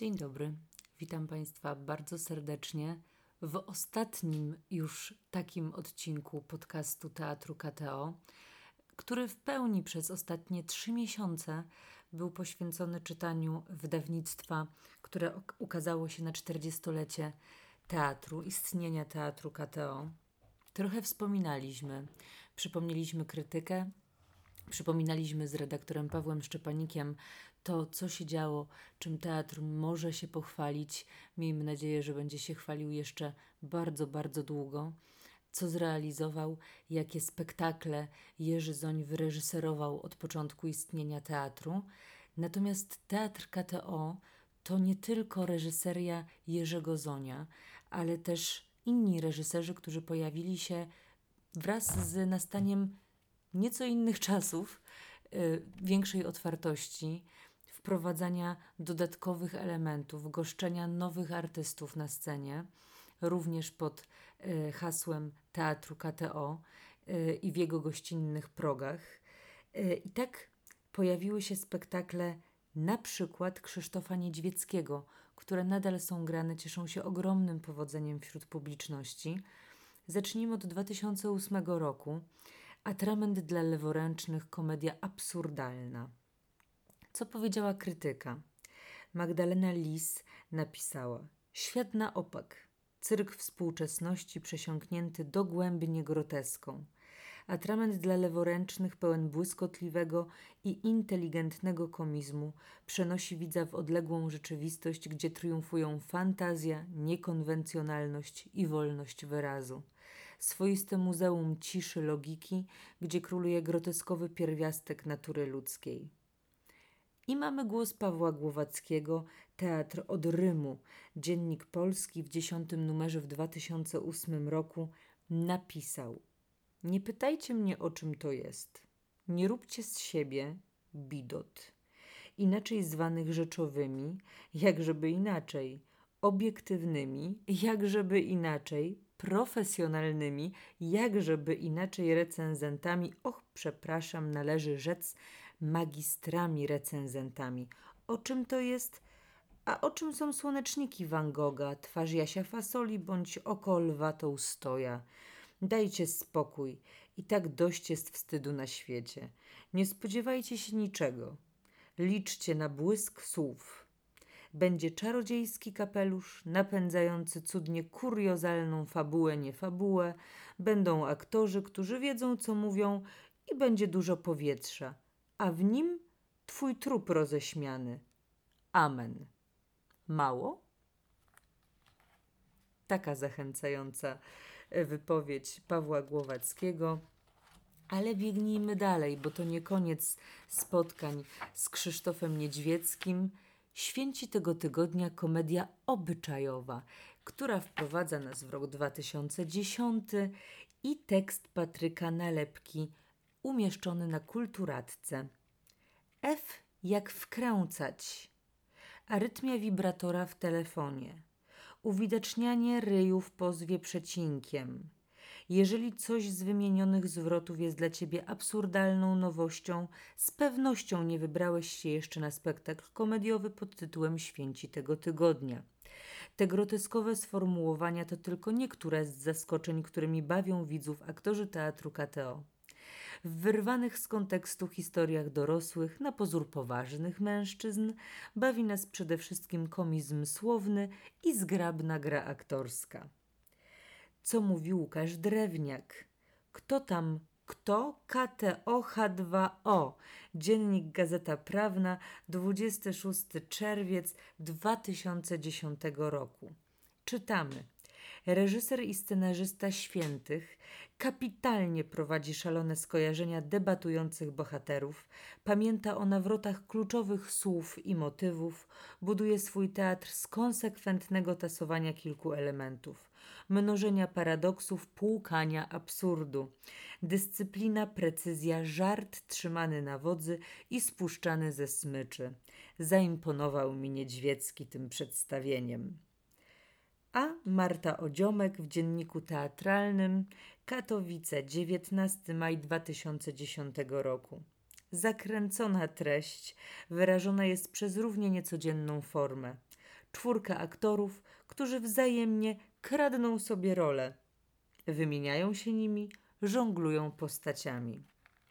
Dzień dobry, witam Państwa bardzo serdecznie w ostatnim już takim odcinku podcastu Teatru KTO, który w pełni przez ostatnie 3 miesiące był poświęcony czytaniu wydawnictwa, które ukazało się na 40-lecie teatru, istnienia Teatru KTO. Trochę wspominaliśmy, przypomnieliśmy krytykę, przypominaliśmy z redaktorem Pawłem Szczepanikiem to, co się działo, czym teatr może się pochwalić. Miejmy nadzieję, że będzie się chwalił jeszcze bardzo, bardzo długo. Co zrealizował, jakie spektakle Jerzy Zoń wyreżyserował od początku istnienia teatru. Natomiast Teatr KTO to nie tylko reżyseria Jerzego Zonia, ale też inni reżyserzy, którzy pojawili się wraz z nastaniem nieco innych czasów, większej otwartości, wprowadzania dodatkowych elementów, goszczenia nowych artystów na scenie, również pod hasłem Teatru KTO i w jego gościnnych progach. I tak pojawiły się spektakle na przykład Krzysztofa Niedźwieckiego, które nadal są grane, cieszą się ogromnym powodzeniem wśród publiczności. Zacznijmy od 2008 roku. Atrament dla leworęcznych, komedia absurdalna. Co powiedziała krytyka? Magdalena Lis napisała: świat na opak, cyrk współczesności przesiąknięty dogłębnie groteską. Atrament dla leworęcznych pełen błyskotliwego i inteligentnego komizmu przenosi widza w odległą rzeczywistość, gdzie triumfują fantazja, niekonwencjonalność i wolność wyrazu. Swoiste muzeum ciszy logiki, gdzie króluje groteskowy pierwiastek natury ludzkiej. I mamy głos Pawła Głowackiego, Teatr od Rymu. Dziennik Polski w 10. numerze w 2008 roku napisał: nie pytajcie mnie, o czym to jest. Nie róbcie z siebie bidot, inaczej zwanych rzeczowymi, jakżeby inaczej, obiektywnymi, jakżeby inaczej, profesjonalnymi, jakżeby inaczej recenzentami, przepraszam, należy rzec magistrami recenzentami. O czym to jest? A o czym są słoneczniki Van Gogha, twarz Jasia Fasoli bądź oko Lwa Tołstoja? Dajcie spokój, i tak dość jest wstydu na świecie. Nie spodziewajcie się niczego. Liczcie na błysk słów. Będzie czarodziejski kapelusz, napędzający cudnie kuriozalną fabułę, nie fabułę. Będą aktorzy, którzy wiedzą, co mówią, i będzie dużo powietrza, a w nim twój trup roześmiany. Amen. Mało? Taka zachęcająca wypowiedź Pawła Głowackiego. Ale biegnijmy dalej, bo to nie koniec spotkań z Krzysztofem Niedźwieckim. Święci tego tygodnia komedia obyczajowa, która wprowadza nas w rok 2010 i tekst Patryka Nalepki umieszczony na Kulturatce. F jak wkręcać. Arytmia wibratora w telefonie. Uwidacznianie ryju w pozwie przecinkiem. Jeżeli coś z wymienionych zwrotów jest dla Ciebie absurdalną nowością, z pewnością nie wybrałeś się jeszcze na spektakl komediowy pod tytułem Święci tego tygodnia. Te groteskowe sformułowania to tylko niektóre z zaskoczeń, którymi bawią widzów aktorzy Teatru KTO. W wyrwanych z kontekstu historiach dorosłych, na pozór poważnych mężczyzn, bawi nas przede wszystkim komizm słowny i zgrabna gra aktorska. Co mówi Łukasz Drewniak? Kto tam kto? KTO H2O. Dziennik Gazeta Prawna, 26 czerwiec 2010 roku. Czytamy. Reżyser i scenarzysta Świętych kapitalnie prowadzi szalone skojarzenia debatujących bohaterów, pamięta o nawrotach kluczowych słów i motywów, buduje swój teatr z konsekwentnego tasowania kilku elementów, mnożenia paradoksów, płukania absurdu, dyscyplina, precyzja, żart trzymany na wodzy i spuszczany ze smyczy. Zaimponował mi Niedźwiecki tym przedstawieniem. A Marta Odziomek w Dzienniku Teatralnym, Katowice, 19 maj 2010 roku. Zakręcona treść wyrażona jest przez równie niecodzienną formę. 4 aktorów, którzy wzajemnie kradną sobie role, wymieniają się nimi, żonglują postaciami.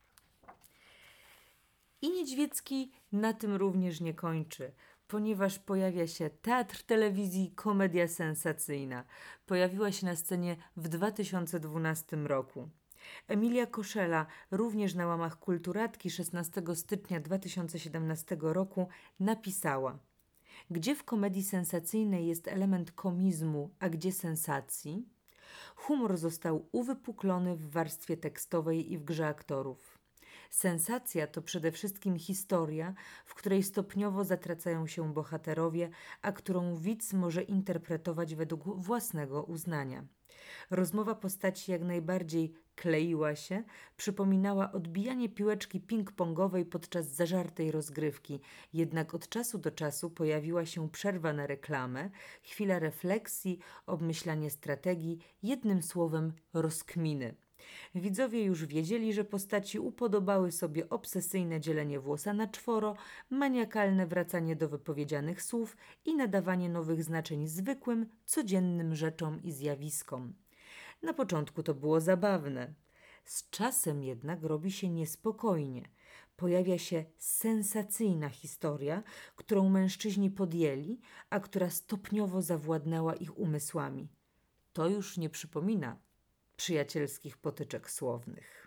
I Niedźwiecki na tym również nie kończy, ponieważ pojawia się teatr telewizji Komedia Sensacyjna. Pojawiła się na scenie w 2012 roku. Emilia Koszela, również na łamach Kulturatki 16 stycznia 2017 roku, napisała: gdzie w komedii sensacyjnej jest element komizmu, a gdzie sensacji? Humor został uwypuklony w warstwie tekstowej i w grze aktorów. Sensacja to przede wszystkim historia, w której stopniowo zatracają się bohaterowie, a którą widz może interpretować według własnego uznania. Rozmowa postaci jak najbardziej kleiła się, przypominała odbijanie piłeczki ping-pongowej podczas zażartej rozgrywki, jednak od czasu do czasu pojawiła się przerwa na reklamę, chwila refleksji, obmyślanie strategii, jednym słowem rozkminy. Widzowie już wiedzieli, że postaci upodobały sobie obsesyjne dzielenie włosa na czworo, maniakalne wracanie do wypowiedzianych słów i nadawanie nowych znaczeń zwykłym, codziennym rzeczom i zjawiskom. Na początku to było zabawne. Z czasem jednak robi się niespokojnie. Pojawia się sensacyjna historia, którą mężczyźni podjęli, a która stopniowo zawładnęła ich umysłami. To już nie przypomina przyjacielskich potyczek słownych.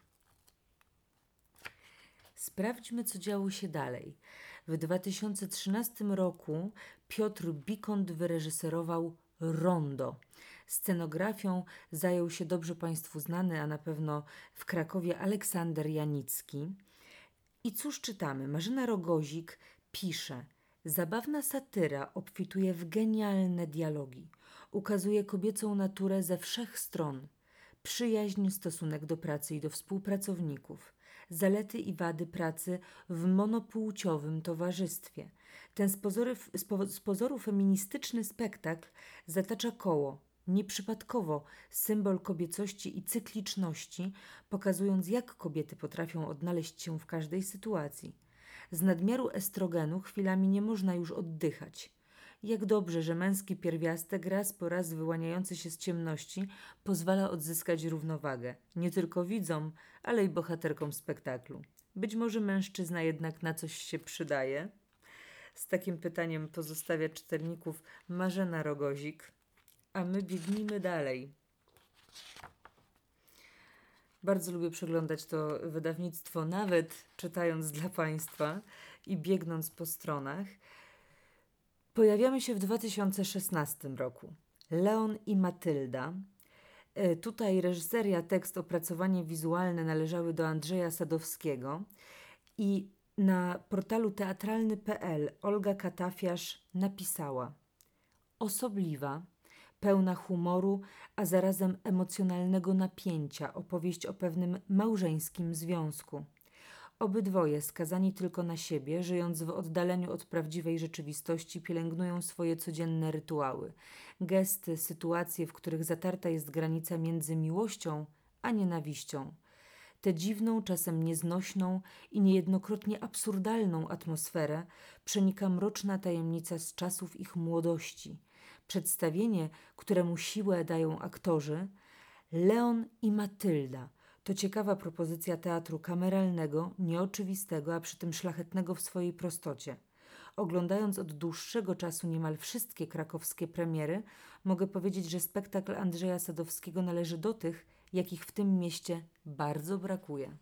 Sprawdźmy, co działo się dalej. W 2013 roku Piotr Bikont wyreżyserował Rondo. Scenografią zajął się dobrze Państwu znany, a na pewno w Krakowie, Aleksander Janicki. I cóż czytamy? Marzena Rogozik pisze: zabawna satyra obfituje w genialne dialogi. Ukazuje kobiecą naturę ze wszech stron. Przyjaźń, stosunek do pracy i do współpracowników, zalety i wady pracy w monopłciowym towarzystwie. Ten z pozoru feministyczny spektakl zatacza koło, nieprzypadkowo symbol kobiecości i cykliczności, pokazując, jak kobiety potrafią odnaleźć się w każdej sytuacji. Z nadmiaru estrogenu chwilami nie można już oddychać. Jak dobrze, że męski pierwiastek raz po raz wyłaniający się z ciemności pozwala odzyskać równowagę nie tylko widzom, ale i bohaterkom spektaklu. Być może mężczyzna jednak na coś się przydaje? Z takim pytaniem pozostawia czytelników Marzena Rogozik, a my biegnijmy dalej. Bardzo lubię przeglądać to wydawnictwo, nawet czytając dla Państwa i biegnąc po stronach. Pojawiamy się w 2016 roku. Leon i Matylda. Tutaj reżyseria, tekst, opracowanie wizualne należały do Andrzeja Sadowskiego i na portalu teatralny.pl Olga Katafiarz napisała: osobliwa, pełna humoru, a zarazem emocjonalnego napięcia opowieść o pewnym małżeńskim związku. Obydwoje, skazani tylko na siebie, żyjąc w oddaleniu od prawdziwej rzeczywistości, pielęgnują swoje codzienne rytuały, gesty, sytuacje, w których zatarta jest granica między miłością a nienawiścią. Tę dziwną, czasem nieznośną i niejednokrotnie absurdalną atmosferę przenika mroczna tajemnica z czasów ich młodości. Przedstawienie, któremu siłę dają aktorzy, Leon i Matylda, to ciekawa propozycja teatru kameralnego, nieoczywistego, a przy tym szlachetnego w swojej prostocie. Oglądając od dłuższego czasu niemal wszystkie krakowskie premiery, mogę powiedzieć, że spektakl Andrzeja Sadowskiego należy do tych, jakich w tym mieście bardzo brakuje.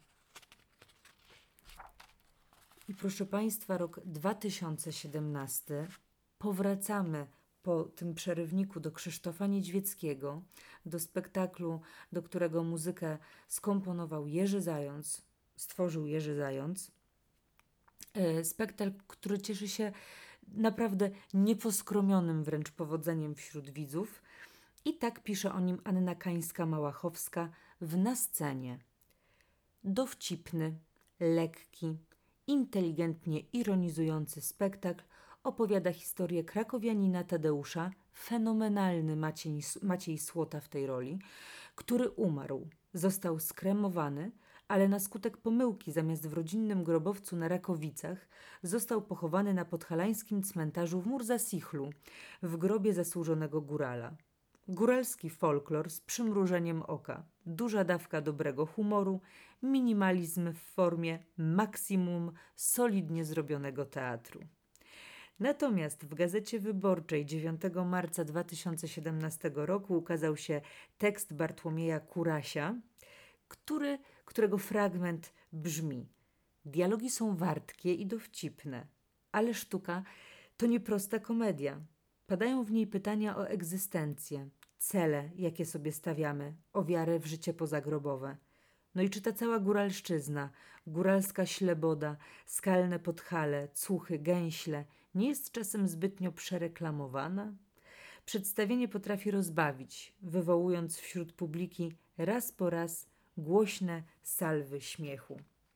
I proszę Państwa, rok 2017. Powracamy po tym przerywniku do Krzysztofa Niedźwieckiego, do spektaklu, do którego muzykę skomponował Jerzy Zając, stworzył Jerzy Zając. Spektakl, który cieszy się naprawdę nieposkromionym wręcz powodzeniem wśród widzów. I tak pisze o nim Anna Kańska-Małachowska w Na scenie. Dowcipny, lekki, inteligentnie ironizujący spektakl opowiada historię krakowianina Tadeusza, fenomenalny Maciej Słota w tej roli, który umarł, został skremowany, ale na skutek pomyłki zamiast w rodzinnym grobowcu na Rakowicach został pochowany na podhalańskim cmentarzu w Murzasichlu, w grobie zasłużonego górala. Góralski folklor z przymrużeniem oka, duża dawka dobrego humoru, minimalizm w formie maksimum solidnie zrobionego teatru. Natomiast w Gazecie Wyborczej 9 marca 2017 roku ukazał się tekst Bartłomieja Kurasia, którego fragment brzmi: dialogi są wartkie i dowcipne, ale sztuka to nieprosta komedia. Padają w niej pytania o egzystencję, cele, jakie sobie stawiamy, o wiarę w życie pozagrobowe. No i czy ta cała góralszczyzna, góralska śleboda, skalne podhale, cuchy, gęśle nie jest czasem zbytnio przereklamowana? Przedstawienie potrafi rozbawić, wywołując wśród publiki raz po raz głośne salwy śmiechu.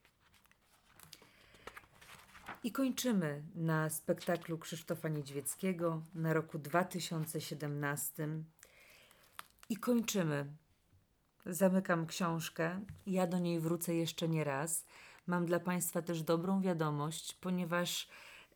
I kończymy na spektaklu Krzysztofa Niedźwieckiego na roku 2017. I kończymy. Zamykam książkę. Ja do niej wrócę jeszcze nie raz. Mam dla Państwa też dobrą wiadomość, ponieważ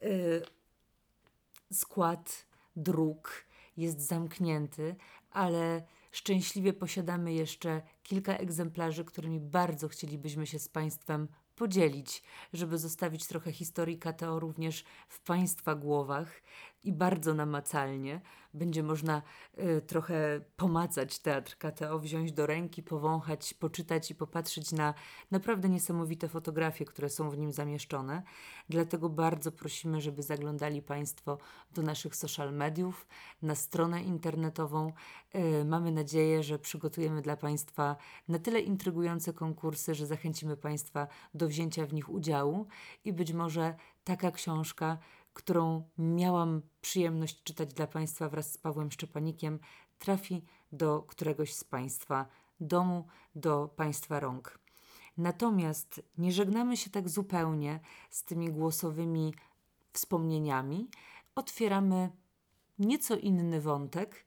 skład dróg jest zamknięty, ale szczęśliwie posiadamy jeszcze kilka egzemplarzy, którymi bardzo chcielibyśmy się z Państwem podzielić, żeby zostawić trochę historii KTO również w Państwa głowach i bardzo namacalnie. Będzie można trochę pomacać teatr KTO, wziąć do ręki, powąchać, poczytać i popatrzeć na naprawdę niesamowite fotografie, które są w nim zamieszczone. Dlatego bardzo prosimy, żeby zaglądali Państwo do naszych social mediów, na stronę internetową. Mamy nadzieję, że przygotujemy dla Państwa na tyle intrygujące konkursy, że zachęcimy Państwa do wzięcia w nich udziału i być może taka książka, którą miałam przyjemność czytać dla Państwa wraz z Pawłem Szczepanikiem, trafi do któregoś z Państwa domu, do Państwa rąk. Natomiast nie żegnamy się tak zupełnie z tymi głosowymi wspomnieniami. Otwieramy nieco inny wątek.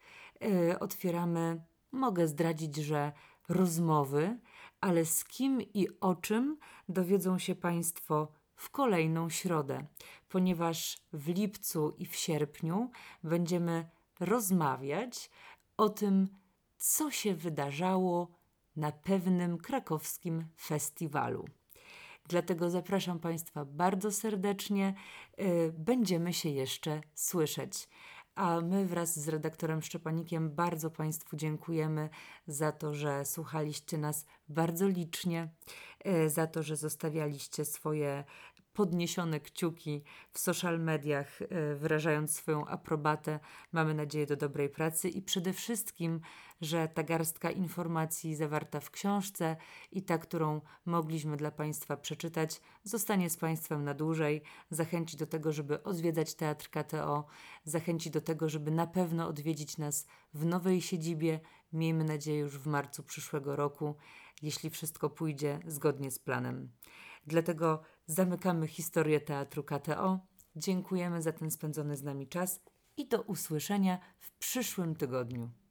Mogę zdradzić, że rozmowy, ale z kim i o czym dowiedzą się Państwo w kolejną środę, ponieważ w lipcu i w sierpniu będziemy rozmawiać o tym, co się wydarzało na pewnym krakowskim festiwalu. Dlatego zapraszam Państwa bardzo serdecznie. Będziemy się jeszcze słyszeć. A my wraz z redaktorem Szczepanikiem bardzo Państwu dziękujemy za to, że słuchaliście nas bardzo licznie, za to, że zostawialiście swoje podniesione kciuki w social mediach, wyrażając swoją aprobatę. Mamy nadzieję do dobrej pracy i przede wszystkim, że ta garstka informacji zawarta w książce i ta, którą mogliśmy dla Państwa przeczytać, zostanie z Państwem na dłużej. Zachęci do tego, żeby odwiedzać Teatr KTO, zachęci do tego, żeby na pewno odwiedzić nas w nowej siedzibie, miejmy nadzieję już w marcu przyszłego roku, jeśli wszystko pójdzie zgodnie z planem. Dlatego zamykamy historię Teatru KTO. Dziękujemy za ten spędzony z nami czas i do usłyszenia w przyszłym tygodniu.